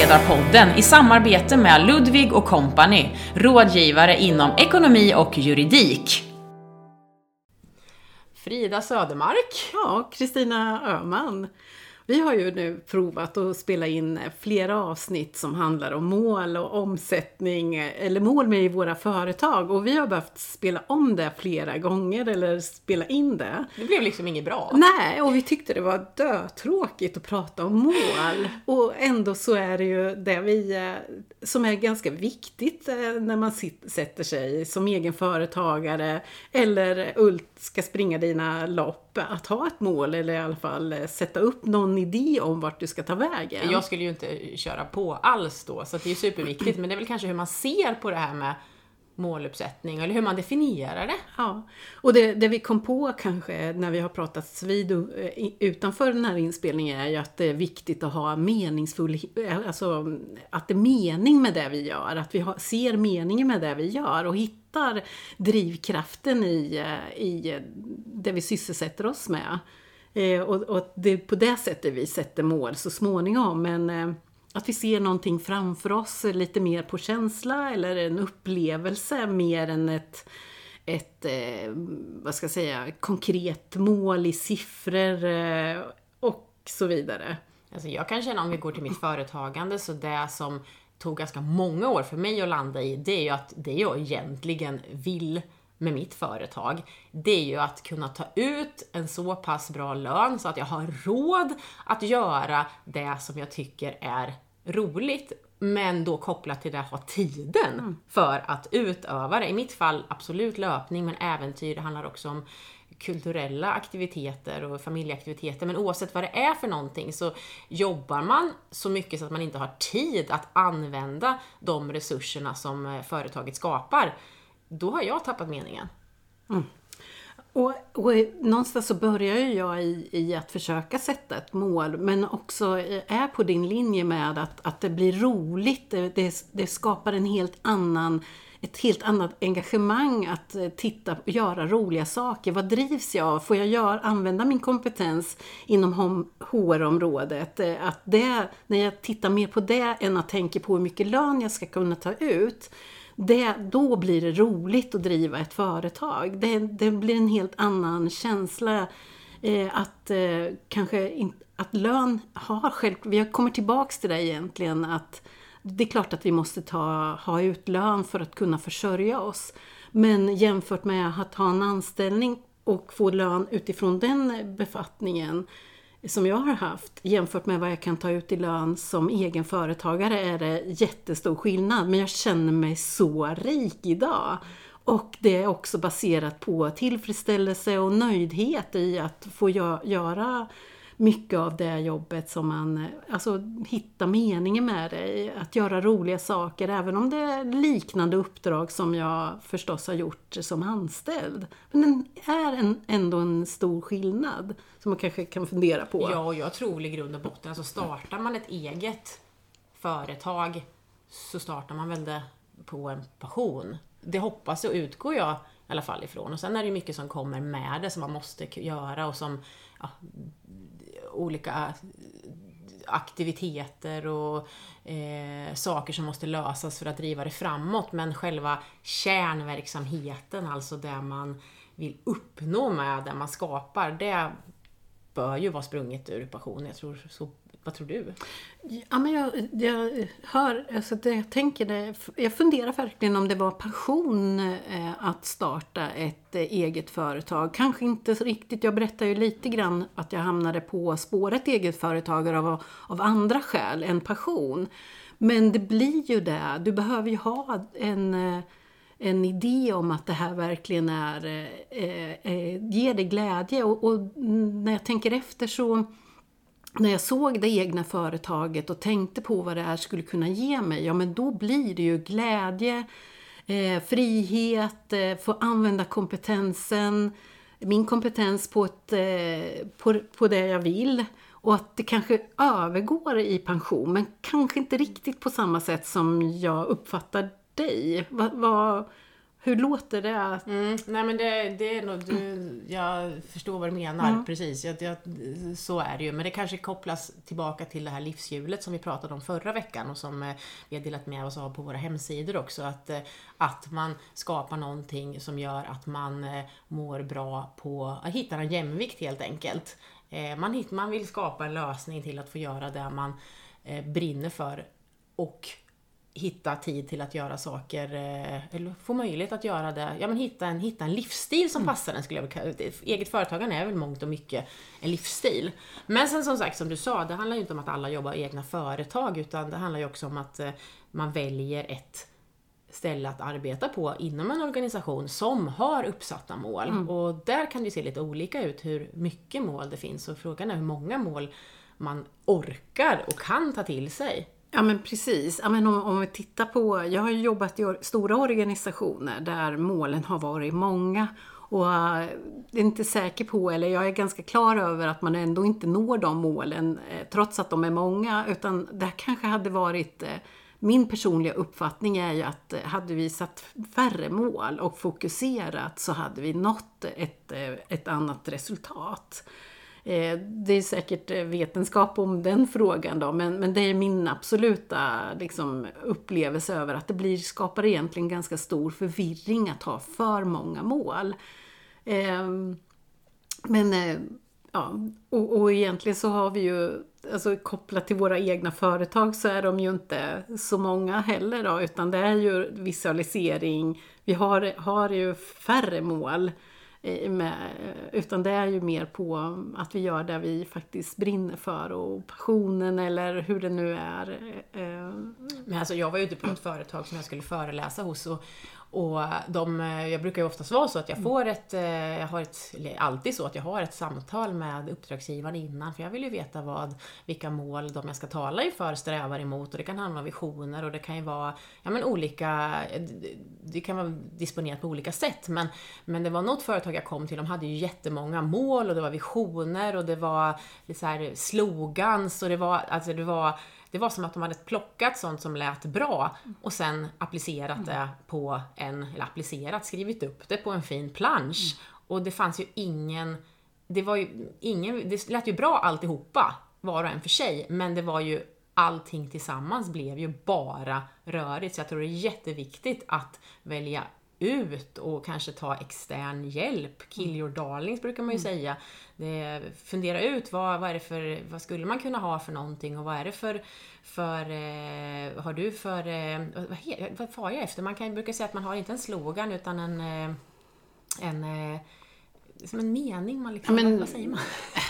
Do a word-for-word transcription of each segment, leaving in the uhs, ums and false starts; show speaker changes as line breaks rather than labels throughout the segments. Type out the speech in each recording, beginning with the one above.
Målledarpodden i samarbete med Ludvig och Company, rådgivare inom ekonomi och juridik.
Frida Södermark.
Ja, Kristina Öhman. Vi har ju nu provat att spela in flera avsnitt som handlar om mål och omsättning eller mål med i våra företag. Och vi har behövt spela om det flera gånger eller spela in det.
Det blev liksom inget bra.
Nej, och vi tyckte det var dötråkigt att prata om mål. Och ändå så är det ju det vi, som är ganska viktigt när man sätter sig som egen företagare eller Ult ska springa dina lopp. Att ha ett mål eller i alla fall sätta upp någon idé om vart du ska ta vägen.
Jag skulle ju inte köra på alls då, så det är ju superviktigt. Men det är väl kanske hur man ser på det här med måluppsättning eller hur man definierar det.
Ja, och det, det vi kom på kanske när vi har pratat vid utanför den här inspelningen är ju att det är viktigt att ha meningsfull, alltså att det är mening med det vi gör, att vi har, ser meningen med det vi gör och hittar drivkraften i, i det vi sysselsätter oss med. Eh, och, och det är på det sättet vi sätter mål så småningom, men eh, att vi ser någonting framför oss lite mer på känsla eller en upplevelse mer än ett, ett eh, vad ska jag säga, konkret mål i siffror eh, och så vidare.
Alltså jag kan känna, om vi går till mitt företagande, så det som tog ganska många år för mig att landa i, det är ju att det jag egentligen vill med mitt företag, det är ju att kunna ta ut en så pass bra lön så att jag har råd att göra det som jag tycker är roligt, men då kopplat till det att ha tiden mm. för att utöva det. I mitt fall absolut löpning, men äventyr. Det handlar också om kulturella aktiviteter och familjeaktiviteter, men oavsett vad det är för någonting så jobbar man så mycket så att man inte har tid att använda de resurserna som företaget skapar. Då har jag tappat meningen.
Mm. Och, och någonstans så börjar ju jag i, i att försöka sätta ett mål, men också är på din linje med att, att det blir roligt. Det, det, det skapar en helt annan, ett helt annat engagemang att titta och göra roliga saker. Vad drivs jag av? Får jag göra, använda min kompetens inom H R-området? Att det, när jag tittar mer på det än att tänka på hur mycket lön jag ska kunna ta ut, Det, då blir det roligt att driva ett företag. Det, det blir en helt annan känsla eh, att eh, kanske in, att lön har själv. Vi kommer tillbaka till det egentligen, att det är klart att vi måste ta, ha ut lön för att kunna försörja oss. Men jämfört med att ha en anställning och få lön utifrån den befattningen som jag har haft, jämfört med vad jag kan ta ut i lön som egen företagare, är det jättestor skillnad. Men jag känner mig så rik idag. Och det är också baserat på tillfredsställelse och nöjdhet i att få göra mycket av det jobbet som man, alltså hitta meningen med det, att göra roliga saker, även om det är liknande uppdrag som jag förstås har gjort som anställd. Men det är en, ändå en stor skillnad som man kanske kan fundera på.
Ja, och jag tror i grund och botten, alltså startar man ett eget företag så startar man väl det på en passion. Det hoppas och utgår jag i alla fall ifrån. Och sen är det mycket som kommer med det som man måste göra och som ja, olika aktiviteter och eh, saker som måste lösas för att driva det framåt. Men själva kärnverksamheten, alltså det man vill uppnå med det man skapar, det bör ju vara sprunget ur passion. Jag tror så. Vad tror du?
Ja, men jag, jag hör, alltså det, jag tänker det, jag funderar verkligen om det var passion eh, att starta ett eh, eget företag. Kanske inte så riktigt, jag berättar ju lite grann att jag hamnade på spåret eget företagare av, av andra skäl än passion. Men det blir ju det, du behöver ju ha en... Eh, en idé om att det här verkligen är, eh, eh, ger dig glädje. Och, och när jag tänker efter så, när jag såg det egna företaget och tänkte på vad det här skulle kunna ge mig, ja men då blir det ju glädje, eh, frihet, eh, få använda kompetensen, min kompetens på, ett, eh, på, på det jag vill. Och att det kanske övergår i pension, men kanske inte riktigt på samma sätt som jag uppfattar dig. Vad, vad, Hur låter det?
Mm, nej men det, det är nog, du, jag förstår vad du menar, mm. precis. Jag, jag, så är det ju. Men det kanske kopplas tillbaka till det här livshjulet som vi pratade om förra veckan och som vi har delat med oss av på våra hemsidor också. Att, att man skapar någonting som gör att man mår bra på att hitta en jämvikt helt enkelt. Man, man vill skapa en lösning till att få göra det man brinner för och hitta tid till att göra saker, eller få möjlighet att göra det. Ja, men hitta en, hitta en livsstil som mm. passar den, skulle jag vilja kalla. Eget företagande är väl mångt och mycket en livsstil. Men sen som sagt, som du sa, det handlar ju inte om att alla jobbar egna företag, utan det handlar ju också om att man väljer ett ställe att arbeta på inom en organisation som har uppsatta mål. Mm. Och där kan det se lite olika ut hur mycket mål det finns. Och frågan är hur många mål man orkar och kan ta till sig.
Ja men precis. Ja, men om, om vi tittar på, jag har jobbat i stora organisationer där målen har varit många och jag är inte säker på, eller jag är ganska klar över att man ändå inte når de målen trots att de är många, utan det kanske hade varit, min personliga uppfattning är ju att hade vi satt färre mål och fokuserat så hade vi nått ett, ett annat resultat. Det är säkert vetenskap om den frågan då, men, men det är min absoluta liksom, upplevelse över att det blir, skapar egentligen ganska stor förvirring att ha för många mål. Eh, men eh, ja, och, och egentligen så har vi ju, alltså kopplat till våra egna företag så är de ju inte så många heller då, utan det är ju visualisering, vi har, har ju färre mål. Med, utan det är ju mer på att vi gör det vi faktiskt brinner för och passionen eller hur det nu är.
Men alltså jag var ju ute på ett företag som jag skulle föreläsa hos och, och de, jag brukar ju oftast vara så att jag får ett, jag har ett, eller alltid så att jag har ett samtal med uppdragsgivaren innan, för jag vill ju veta vad, vilka mål de jag ska tala inför strävar emot, och det kan handla om visioner och det kan ju vara, ja men olika, det kan vara disponerat på olika sätt, men, men det var något företag jag kom till, de hade ju jättemånga mål och det var visioner och det var så här slogans och det var, alltså det var Det var som att de hade plockat sånt som lät bra och sen applicerat det på en, eller applicerat, skrivit upp det på en fin plansch. Mm. Och det fanns ju ingen, det var ju ingen, det lät ju bra alltihopa, var och en för sig, men det var ju allting tillsammans blev ju bara rörigt. Så jag tror det är jätteviktigt att välja ut och kanske ta extern hjälp. Kill your darlings brukar man ju mm. säga. Det, fundera ut vad, vad är det för, vad skulle man kunna ha för någonting och vad är det för, för eh, har du för, eh, vad, vad far jag efter? Man kan ju brukar säga att man har inte en slogan utan en, eh, en eh, som en mening man liksom,
men,
vad säger man?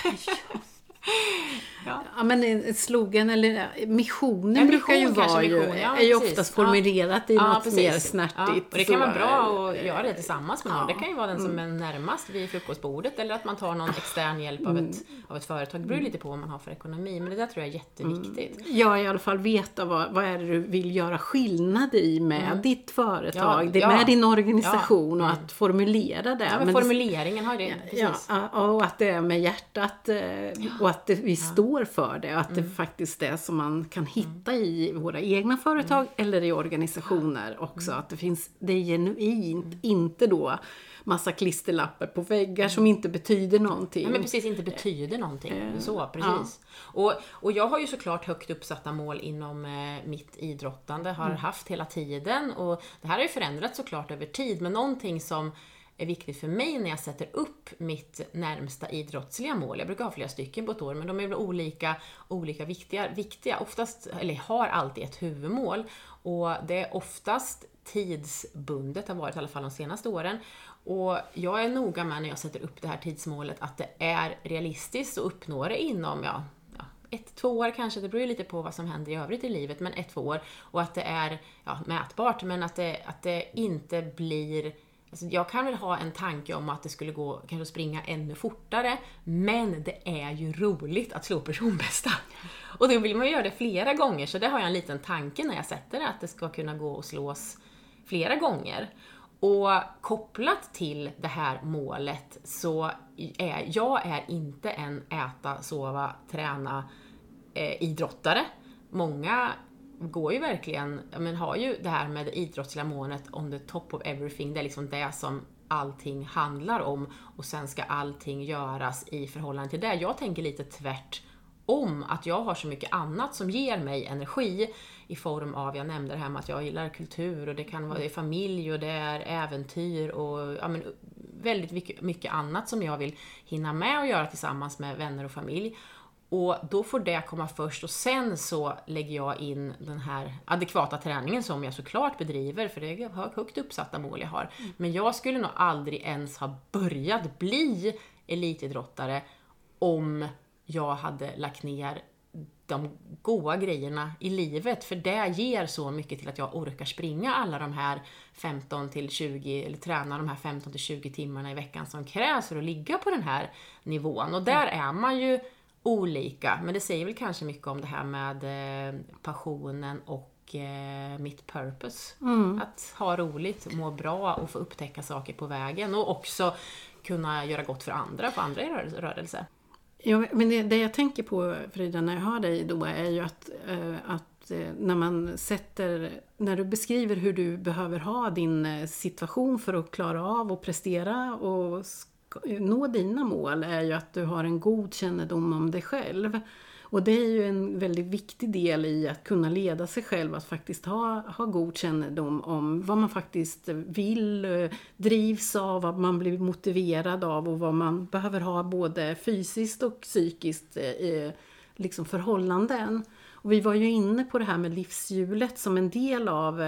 Ja. ja men slogan eller missionen ja, brukar ju vara ju, ja, är ju oftast formulerat ja. i något ja, mer snärtigt. Ja.
Och det kan vara bra att göra det tillsammans med någon. Ja. Det kan ju vara den som är närmast vid frukostbordet eller att man tar någon extern hjälp av ett, av ett företag. Det beror lite på vad man har för ekonomi, men det där tror jag är jätteviktigt.
Mm. Ja, i alla fall veta vad, vad är det du vill göra skillnad i med mm. ditt företag, ja, det, med ja. din organisation ja. och att formulera det.
Ja, men, men formuleringen har det, precis.
Ja, och att det är med hjärtat och att det, vi står för det, att det mm. faktiskt är som man kan hitta i våra egna företag mm. eller i organisationer också, mm. att det finns, det är genuint, mm. inte då massa klisterlappar på väggar mm. som inte betyder någonting.
Ja, men precis, inte betyder någonting. Mm. Så, precis. Ja. Och, och jag har ju såklart högt uppsatta mål inom eh, mitt idrottande, har mm. haft hela tiden, och det här har ju förändrats såklart över tid, men någonting som är viktigt för mig när jag sätter upp mitt närmsta idrottsliga mål. Jag brukar ha flera stycken på ett år, men de är väl olika, olika viktiga, viktiga. Oftast, eller har alltid ett huvudmål, och det är oftast tidsbundet, har varit i alla fall de senaste åren. Och jag är noga med när jag sätter upp det här tidsmålet att det är realistiskt och uppnår det inom, ja, ja ett, två år kanske, det beror ju lite på vad som händer i övrigt i livet, men ett, två år. Och att det är ja, mätbart, men att det, att det inte blir... Alltså jag kan väl ha en tanke om att det skulle gå kanske springa ännu fortare, men det är ju roligt att slå personbästa. Och då vill man ju göra det flera gånger, så det har jag en liten tanke när jag sätter det, att det ska kunna gå och slås flera gånger. Och kopplat till det här målet så är jag är inte en äta, sova, träna eh, idrottare. Många går ju verkligen, men har ju det här med det idrottsliga målet on the top of everything. Det är liksom det som allting handlar om. Och sen ska allting göras i förhållande till det. Jag tänker lite tvärt om att jag har så mycket annat som ger mig energi i form av, jag nämnde det här med att jag gillar kultur och det kan vara det är familj och det är äventyr och ja, men, väldigt mycket, mycket annat som jag vill hinna med och göra tillsammans med vänner och familj. Och då får det komma först och sen så lägger jag in den här adekvata träningen som jag såklart bedriver, för det är högt uppsatta mål jag har. Mm. Men jag skulle nog aldrig ens ha börjat bli elitidrottare om jag hade lagt ner de goda grejerna i livet, för det ger så mycket till att jag orkar springa alla de här femton till tjugo eller träna de här femton till tjugo timmarna i veckan som krävs för att ligga på den här nivån. Och där är man ju olika, men det säger väl kanske mycket om det här med eh, passionen och eh, mitt purpose. Mm. Att ha roligt, må bra och få upptäcka saker på vägen och också kunna göra gott för andra, för andra i rörelse.
Ja, men det, det jag tänker på, Frida, när jag hör dig då är ju att, äh, att äh, när man sätter, när du beskriver hur du behöver ha din äh, situation för att klara av och prestera och sk- nå dina mål, är ju att du har en god kännedom om dig själv. Och det är ju en väldigt viktig del i att kunna leda sig själv, att faktiskt ha, ha god kännedom om vad man faktiskt vill, drivs av, vad man blir motiverad av och vad man behöver ha både fysiskt och psykiskt eh, liksom förhållanden. Och vi var ju inne på det här med livshjulet som en del av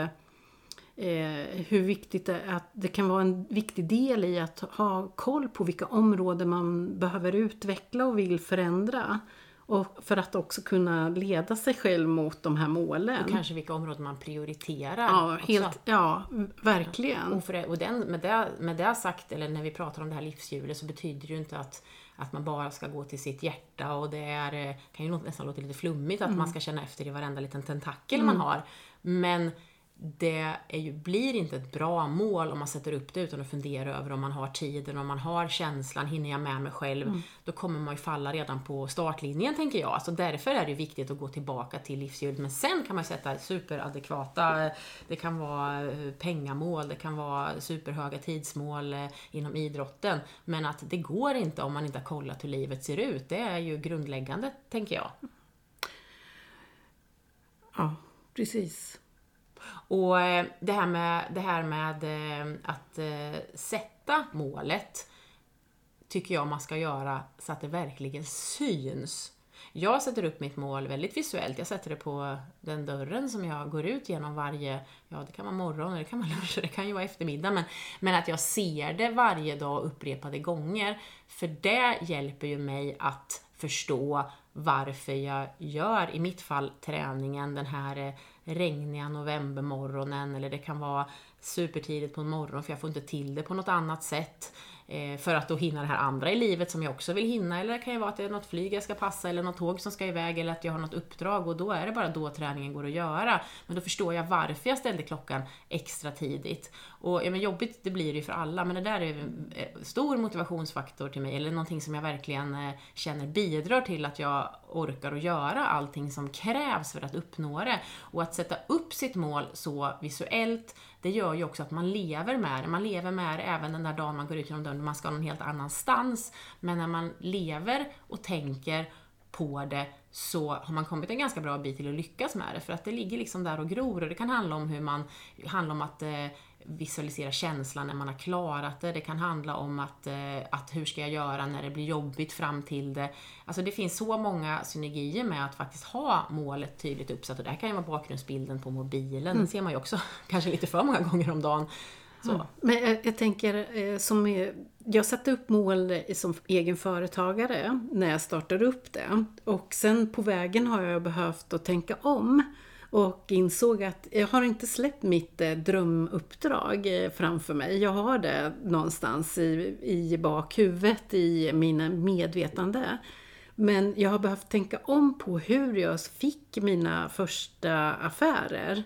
eh, hur viktigt det är, att det kan vara en viktig del i att ha koll på vilka områden man behöver utveckla och vill förändra. Och för att också kunna leda sig själv mot de här målen.
Och kanske vilka områden man prioriterar.
Ja, helt, ja verkligen.
Och, för det, och den, med, det, med det sagt, eller när vi pratar om det här livshjulet, så betyder det ju inte att, att man bara ska gå till sitt hjärta. Och det är, kan ju nästan låta lite flummigt att mm. man ska känna efter i varenda liten tentakel mm. man har. Men det är ju, blir inte ett bra mål om man sätter upp det utan att fundera över om man har tiden, om man har känslan, hinner jag med mig själv, mm. då kommer man ju falla redan på startlinjen, tänker jag. Alltså därför är det viktigt att gå tillbaka till livshjulet, men sen kan man sätta superadekvata, det kan vara pengamål, det kan vara superhöga tidsmål inom idrotten, men att det går inte om man inte har kollat hur livet ser ut. Det är ju grundläggande, tänker jag.
Ja, precis.
Och det här med, det här med att sätta målet tycker jag man ska göra så att det verkligen syns. Jag sätter upp mitt mål väldigt visuellt. Jag sätter det på den dörren som jag går ut genom varje, ja det kan vara morgon, det kan vara lunch, det kan ju vara eftermiddag, men, men att jag ser det varje dag upprepade gånger. För det hjälper ju mig att förstå varför jag gör, i mitt fall, träningen den här regniga novembermorgonen, eller det kan vara supertidigt på en morgon för jag får inte till det på något annat sätt eh, för att då hinna det här andra i livet som jag också vill hinna, eller det kan ju vara att det är något flyg jag ska passa eller något tåg som ska iväg eller att jag har något uppdrag och då är det bara då träningen går att göra. Men då förstår jag varför jag ställde klockan extra tidigt. Och ja, men jobbigt det blir det ju för alla, men det där är en stor motivationsfaktor till mig, eller någonting som jag verkligen eh, känner bidrar till att jag orkar att göra allting som krävs för att uppnå det. Och att sätta upp sitt mål så visuellt, det gör ju också att man lever med det. Man lever med det även den där dagen man går ut genom dörren, man ska någon helt annanstans. Men när man lever och tänker på det så har man kommit en ganska bra bit till att lyckas med det. För att det ligger liksom där och gror, och det kan handla om hur man, handla om att eh, visualisera känslan när man har klarat det. Det kan handla om att, eh, att hur ska jag göra när det blir jobbigt fram till det. Alltså det finns så många synergier med att faktiskt ha målet tydligt uppsatt. Och det här kan ju vara bakgrundsbilden på mobilen. Mm. Den ser man ju också kanske lite för många gånger om dagen. Så.
Mm. Men jag, jag tänker, eh, som är, jag satte upp mål som egen företagare när jag startade upp det. Och sen på vägen har jag behövt att tänka om. Och insåg att jag har inte släppt mitt eh, drömuppdrag eh, framför mig. Jag har det någonstans i, i bakhuvudet, i mina medvetande. Men jag har behövt tänka om på hur jag fick mina första affärer.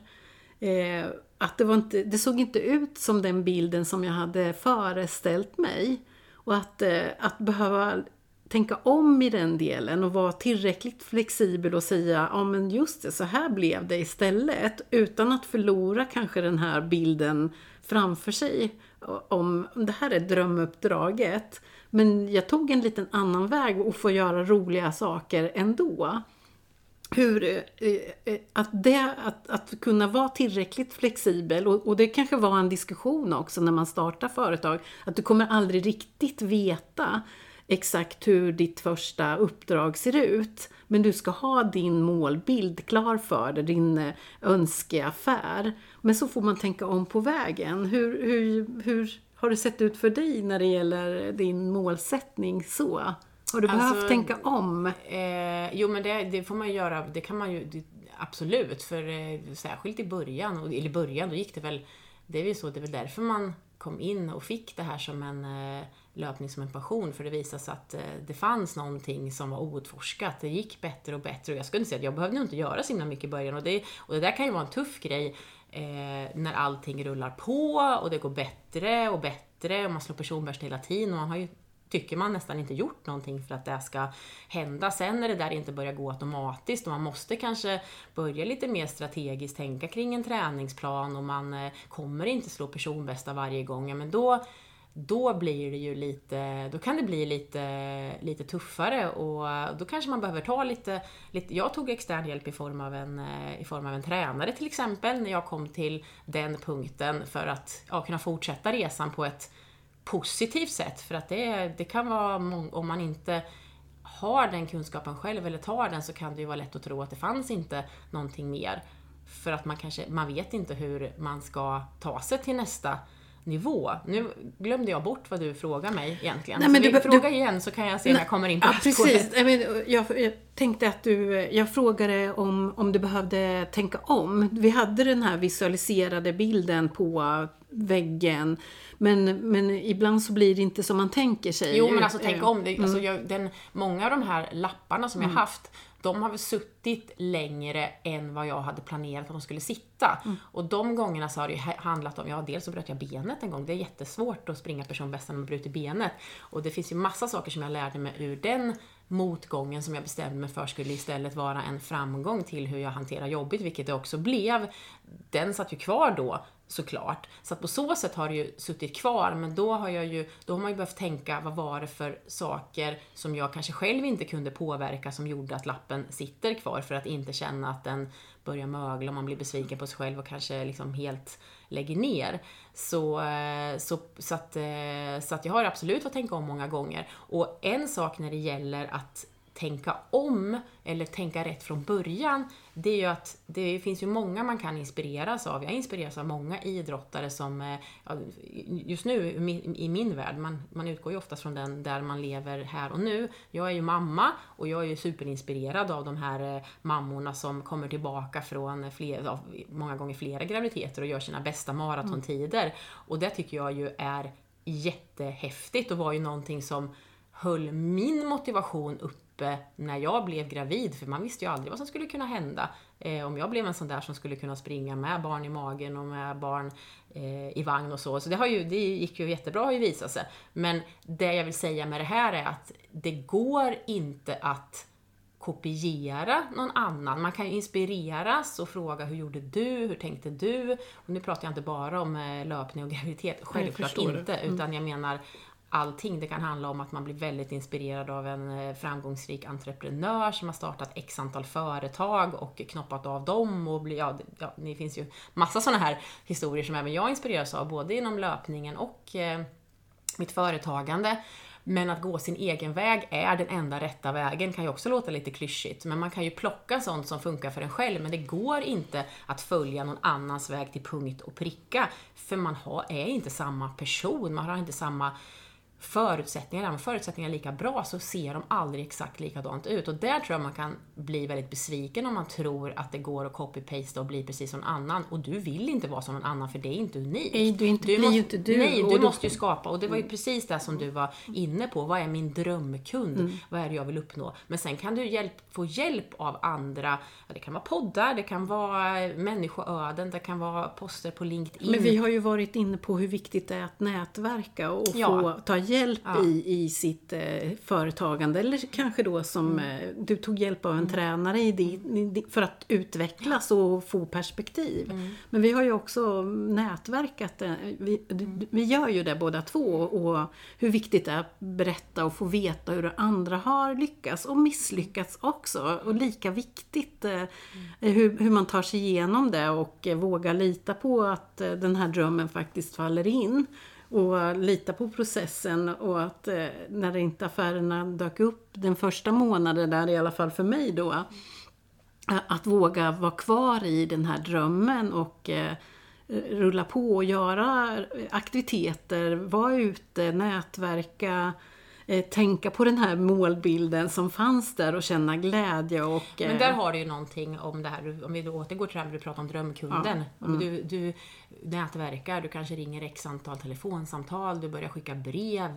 Eh, att det, var inte, det såg inte ut som den bilden som jag hade föreställt mig. Och att, eh, att behöva tänka om i den delen och vara tillräckligt flexibel och säga, ja men just det, så här blev det istället, utan att förlora kanske den här bilden framför sig om det här är drömuppdraget, men jag tog en liten annan väg och får göra roliga saker ändå. Hur, att, det, att, att kunna vara tillräckligt flexibel, och, och det kanske var en diskussion också när man startar företag, att du kommer aldrig riktigt veta exakt hur ditt första uppdrag ser ut, men du ska ha din målbild klar för dig, din önskeaffär, men så får man tänka om på vägen. Hur, hur, hur har det sett ut för dig när det gäller din målsättning så? Har du behövt alltså, tänka om?
Eh, jo men det, det får man ju göra, det kan man ju det, absolut, för eh, särskilt i början, och, eller i början då gick det väl, det är väl så, det är väl därför man kom in och fick det här som en eh, löpning som en passion, för det visade sig att eh, det fanns någonting som var outforskat, det gick bättre och bättre, och jag skulle säga att jag behövde inte göra så himla mycket i början, och det, och det där kan ju vara en tuff grej eh, när allting rullar på och det går bättre och bättre och man slår personbäst hela tiden, och man har ju, tycker man nästan inte gjort någonting för att det ska hända. Sen när det där inte börjar gå automatiskt och man måste kanske börja lite mer strategiskt tänka kring en träningsplan, och man eh, kommer inte slå personbästa varje gång, ja, men då, då blir det ju lite, då kan det bli lite, lite tuffare, och då kanske man behöver ta lite, lite jag tog extern hjälp i form av en, i form av en tränare till exempel, när jag kom till den punkten, för att ja, kunna fortsätta resan på ett positivt sätt, för att det, det kan vara, om man inte har den kunskapen själv eller tar den, så kan det ju vara lätt att tro att det fanns inte någonting mer, för att man kanske, man vet inte hur man ska ta sig till nästa nivå. Nu glömde jag bort vad du frågar mig egentligen. Nej, men så du, fråga du, igen så kan jag se om jag kommer in på
ja, precis. Jag, jag tänkte att du, jag frågade om, om du behövde tänka om. Vi hade den här visualiserade bilden på väggen, men, men ibland så blir det inte som man tänker sig.
Jo, men alltså tänk om. Det, alltså, jag, den, många av de här lapparna som mm. jag haft, de har väl suttit längre än vad jag hade planerat att de skulle sitta. Mm. Och de gångerna så har det ju handlat om, ja, dels så bröt jag benet en gång. Det är jättesvårt att springa personbästa när man bryter benet. Och det finns ju massa saker som jag lärde mig ur den motgången, som jag bestämde mig för skulle istället vara en framgång till hur jag hanterar jobbet, vilket det också blev. Den satt ju kvar då, såklart. Så att på så sätt har det ju suttit kvar, men då har jag ju, då har man ju behövt tänka, vad var det för saker som jag kanske själv inte kunde påverka som gjorde att lappen sitter kvar, för att inte känna att den börjar mögla och man blir besviken på sig själv och kanske liksom helt lägger ner. Så, så, så, att, så att jag har absolut fått tänka om många gånger. Och en sak när det gäller att tänka om eller tänka rätt från början, det är ju att det finns ju många man kan inspireras av. Jag inspireras av många idrottare som just nu i min värld, man, man utgår ju oftast från den där man lever här och nu. Jag är ju mamma och jag är ju superinspirerad av de här mammorna som kommer tillbaka från fler, många gånger flera graviditeter och gör sina bästa maratontider. Mm. Och det tycker jag ju är jättehäftigt och var ju någonting som höll min motivation uppe när jag blev gravid, för man visste ju aldrig vad som skulle kunna hända. Eh, om jag blev en sån där som skulle kunna springa med barn i magen och med barn eh, i vagn och så. Så det, har ju, det gick ju jättebra att visa sig. Men det jag vill säga med det här är att det går inte att kopiera någon annan. Man kan ju inspireras och fråga, hur gjorde du? Hur tänkte du? Och nu pratar jag inte bara om eh, löpning och graviditet. Självklart inte. Mm. Utan jag menar allting. Det kan handla om att man blir väldigt inspirerad av en framgångsrik entreprenör som har startat x antal företag och knoppat av dem. Och blir, ja, ja, det finns ju massa sådana här historier som även jag inspireras av, både inom löpningen och eh, mitt företagande. Men att gå sin egen väg är den enda rätta vägen, kan ju också låta lite klyschigt. Men man kan ju plocka sånt som funkar för en själv. Men det går inte att följa någon annans väg till punkt och pricka. För man har, är inte samma person, man har inte samma förutsättningar. Även förutsättningar är lika bra så ser de aldrig exakt likadant ut. Och där tror jag man kan bli väldigt besviken om man tror att det går att copy-paste och bli precis som någon annan. Och du vill inte vara som någon annan, för det är inte unikt.
Nej, du, inte, du,
måste,
ju inte du.
Nej, du måste ju skapa. Och det var ju precis det som du var inne på. Vad är min drömkund? Mm. Vad är det jag vill uppnå? Men sen kan du hjälp, få hjälp av andra. Ja, det kan vara poddar, det kan vara människoöden, det kan vara poster på LinkedIn.
Men vi har ju varit inne på hur viktigt det är att nätverka och ja. få ta hjälp
Ja.
i, i sitt eh, företagande. Eller kanske då som
Mm.
eh, du tog hjälp av en
Mm.
tränare i di, i di, för att utvecklas och få perspektiv.
Mm.
Men vi har ju också nätverkat. Eh, vi,
Mm.
vi gör ju det båda två. Och hur viktigt det är att berätta och få veta hur andra har lyckats och misslyckats också. Och lika viktigt eh, hur, hur man tar sig igenom det och eh, våga lita på att eh, den här drömmen faktiskt faller in. Och lita på processen och att eh, när inte affärerna dök upp den första månaden där, i alla fall för mig då, eh, att våga vara kvar i den här drömmen och eh, rulla på och göra aktiviteter, vara ute, nätverka, eh, tänka på den här målbilden som fanns där och känna glädje. Och, eh,
Men där har du ju någonting om det här, om vi då återgår till det här du pratar om drömkunden.
Ja. Mm.
Du, du nätverkar, du kanske ringer x antal telefonsamtal, du börjar skicka brev,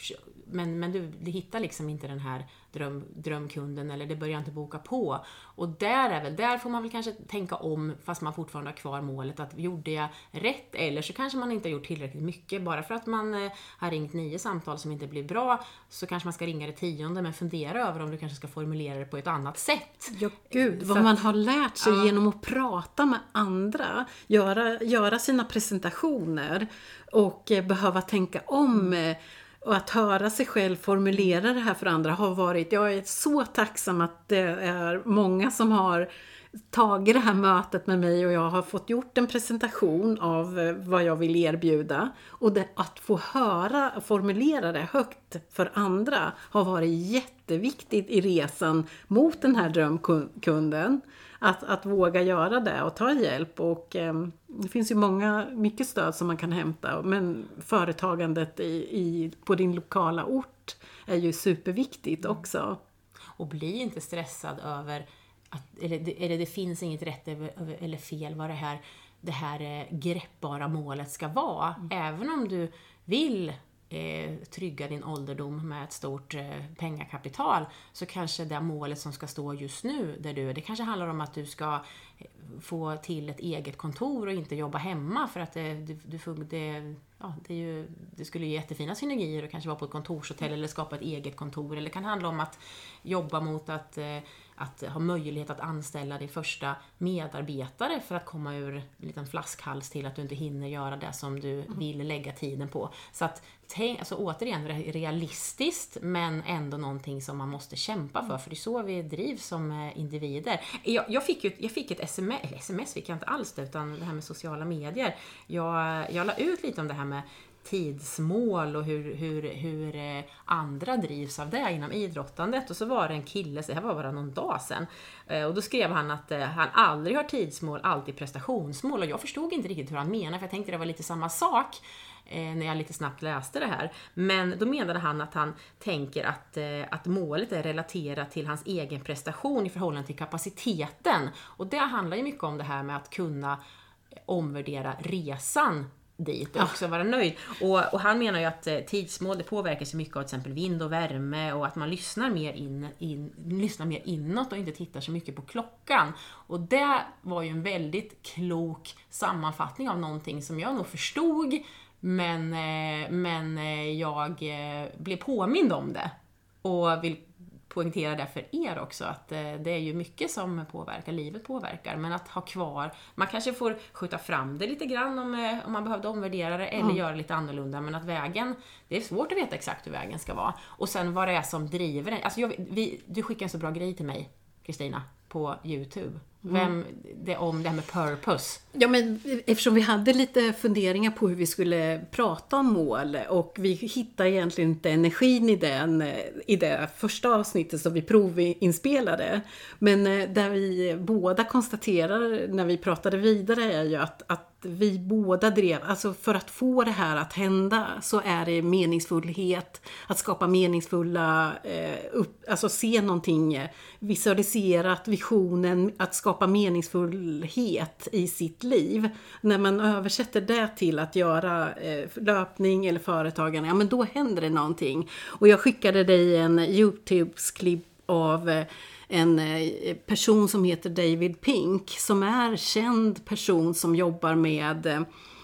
men, men du, du hittar liksom inte den här dröm, drömkunden, eller det börjar inte boka på. Och där är väl, där får man väl kanske tänka om, fast man fortfarande har kvar målet, att gjorde jag rätt, eller så kanske man inte har gjort tillräckligt mycket. Bara för att man eh, har ringt nio samtal som inte blir bra, så kanske man ska ringa det tionde, men fundera över om du kanske ska formulera det på ett annat sätt.
Ja, gud, vad
Så
man
att-
har lärt sig
Ja.
genom att prata med andra, göra, göra sina presentationer och eh, behöva tänka om eh, och att höra sig själv formulera det här för andra har varit, jag är så tacksam att det är många som har tagit det här mötet med mig och jag har fått gjort en presentation av eh, vad jag vill erbjuda, och det, att få höra och formulera det högt för andra har varit jätteviktigt i resan mot den här drömkunden. Att, att våga göra det och ta hjälp, och eh, det finns ju många, mycket stöd som man kan hämta, men företagandet i, i, på din lokala ort är ju superviktigt också.
Och bli inte stressad över att, eller, det- eller det finns inget rätt över, över- eller fel vad det här, det här eh, greppbara målet ska vara. Även om du vill eh, trygga din ålderdom med ett stort eh, pengakapital, så kanske det målet som ska stå just nu där du är, det kanske handlar om att du ska eh, få till ett eget kontor och inte jobba hemma, för att det, du, du, får- det, ja, det, är ju, det skulle ge jättefina synergier och kanske vara på ett kontorshotell eller skapa ett eget kontor. Eller det kan handla om att jobba mot att, eh, att ha möjlighet att anställa din första medarbetare för att komma ur en liten flaskhals till att du inte hinner göra det som du vill lägga tiden på. Så att tänk, alltså återigen re- realistiskt, men ändå någonting som man måste kämpa för, för det är så vi drivs som eh, individer. Jag, jag, fick ju, jag fick ett sms, eller sms fick jag inte alls det, utan det här med sociala medier. Jag, jag la ut lite om det här med tidsmål och hur, hur, hur eh, andra drivs av det inom idrottandet. Och så var det en kille, så det här var bara någon dag sedan, eh, och då skrev han att eh, han aldrig har tidsmål, alltid prestationsmål. Och jag förstod inte riktigt hur han menade, för jag tänkte det var lite samma sak eh, när jag lite snabbt läste det här. Men då menade han att han tänker att, eh, att målet är relaterat till hans egen prestation i förhållande till kapaciteten. Och det handlar ju mycket om det här med att kunna omvärdera resan dit och också vara nöjd. Och, och han menar ju att eh, tidsmål, det påverkar sig mycket av till exempel vind och värme, och att man lyssnar mer, in, in, lyssnar mer inåt och inte tittar så mycket på klockan. Och det var ju en väldigt klok sammanfattning av någonting som jag nog förstod, men, eh, men eh, jag eh, blev påmind om det och vill poängtera det för er också, att eh, det är ju mycket som påverkar, livet påverkar, men att ha kvar, man kanske får skjuta fram det lite grann om, eh, om man behövde omvärdera det eller
Mm.
göra lite annorlunda, men att vägen, det är svårt att veta exakt hur vägen ska vara. Och sen vad det är som driver den. Alltså jag, vi, du skickade en så bra grej till mig, Kristina, på YouTube. Vem, det om det här med purpose.
Ja, men eftersom vi hade lite funderingar på hur vi skulle prata om mål, och vi hittade egentligen inte energin i den i det första avsnittet som vi provinspelade. Men där vi båda konstaterar när vi pratade vidare är ju att, att vi båda drev, alltså för att få det här att hända så är det meningsfullhet, att skapa meningsfulla, eh, upp, alltså se någonting visualiserat, visionen, att skapa meningsfullhet i sitt liv. När man översätter det till att göra eh, löpning eller företagande, ja men då händer det någonting. Och jag skickade dig en YouTube-klipp av eh, en person som heter David Pink, som är känd person som jobbar med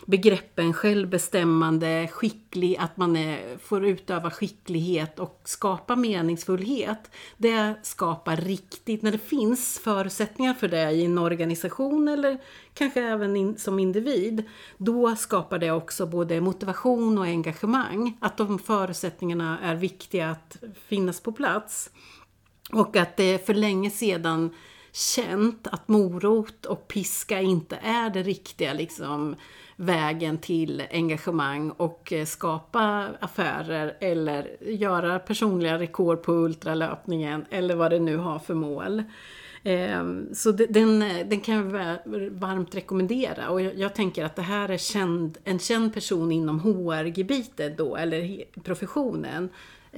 begreppen självbestämmande, skicklig, att man är, får utöva skicklighet och skapa meningsfullhet. Det skapar riktigt, när det finns förutsättningar för det i en organisation eller kanske även in, som individ, då skapar det också både motivation och engagemang. Att de förutsättningarna är viktiga att finnas på plats. Och att det för länge sedan känt att morot och piska inte är det riktiga liksom, vägen till engagemang och skapa affärer eller göra personliga rekord på ultralöpningen eller vad det nu har för mål. Så den, den kan jag varmt rekommendera, och jag, jag tänker att det här är känd, en känd person inom H R-gebitet då, eller professionen,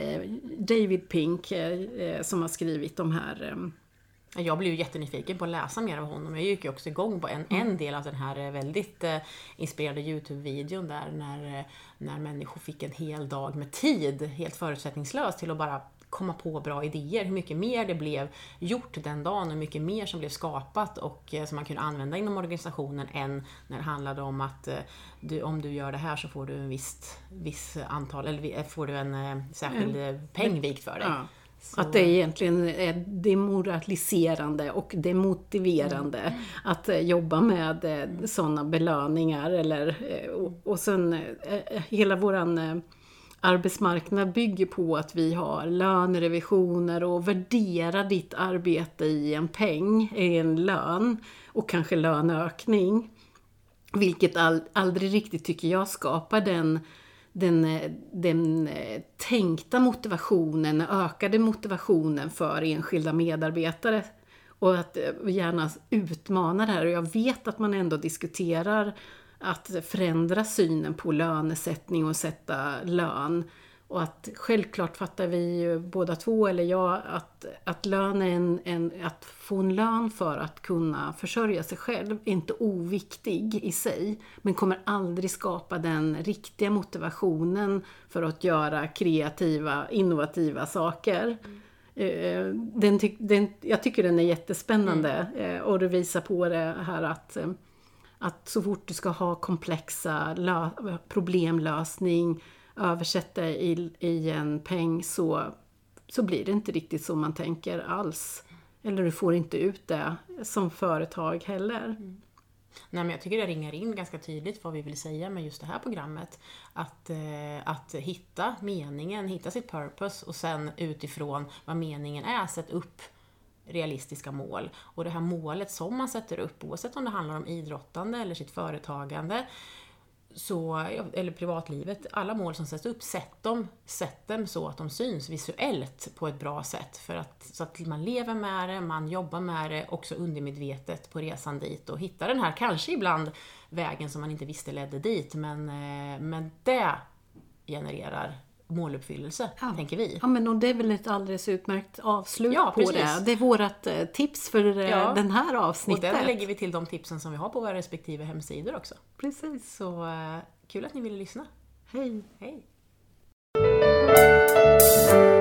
David Pink, som har skrivit de här.
Jag blev ju jättenyfiken på att läsa mer av honom. Jag gick ju också igång på en, en del av den här väldigt eh, inspirerade YouTube-videon där när, när människor fick en hel dag med tid, helt förutsättningslöst, till att bara komma på bra idéer. Hur mycket mer det blev gjort den dagen, hur mycket mer som blev skapat och eh, som man kunde använda inom organisationen än när det handlade om att eh, du, om du gör det här så får du en viss, viss antal, eller får du en eh, särskild mm. peng vikt för dig.
Ja. Så. Att det egentligen är demoraliserande och demotiverande mm. att jobba med mm. sådana belöningar. Eller, och, och sen hela våran arbetsmarknad bygger på att vi har lönerevisioner och värderar ditt arbete i en peng, i en lön och kanske löneökning. Vilket all, aldrig riktigt tycker jag skapar den Den, den tänkta motivationen, ökade motivationen för enskilda medarbetare, och att gärna utmana det här. Och jag vet att man ändå diskuterar att förändra synen på lönesättning och sätta lön. Och att självklart fattar vi ju båda två, eller jag, att, att lön är en, en, att få en lön för att kunna försörja sig själv är inte oviktig i sig, men kommer aldrig skapa den riktiga motivationen för att göra kreativa, innovativa saker. Mm. Den, den, jag tycker den är jättespännande mm. och det visar på det här att, att så fort du ska ha komplexa lö- problemlösning, översätta i, i en peng, så, så blir det inte riktigt som man tänker alls. Eller du får inte ut det som företag heller. Mm.
Nej, men jag tycker det ringar in ganska tydligt vad vi vill säga med just det här programmet. Att, eh, att hitta meningen, hitta sitt purpose och sen utifrån vad meningen är, sätta upp realistiska mål. Och det här målet som man sätter upp, oavsett om det handlar om idrottande eller sitt företagande, så, eller privatlivet, alla mål som sätts upp, sätt dem, sätt dem så att de syns visuellt på ett bra sätt, för att, så att man lever med det, man jobbar med det också undermedvetet på resan dit och hittar den här kanske ibland vägen som man inte visste ledde dit, men, men det genererar måluppfyllelse, ja. Tänker vi.
Ja, men och det är väl ett alldeles utmärkt avslut
ja,
på det. Det är vårat eh, tips för ja. den här avsnittet.
Och där lägger vi till de tipsen som vi har på våra respektive hemsidor också.
Precis.
Så eh, kul att ni ville lyssna.
Hej.
Hej.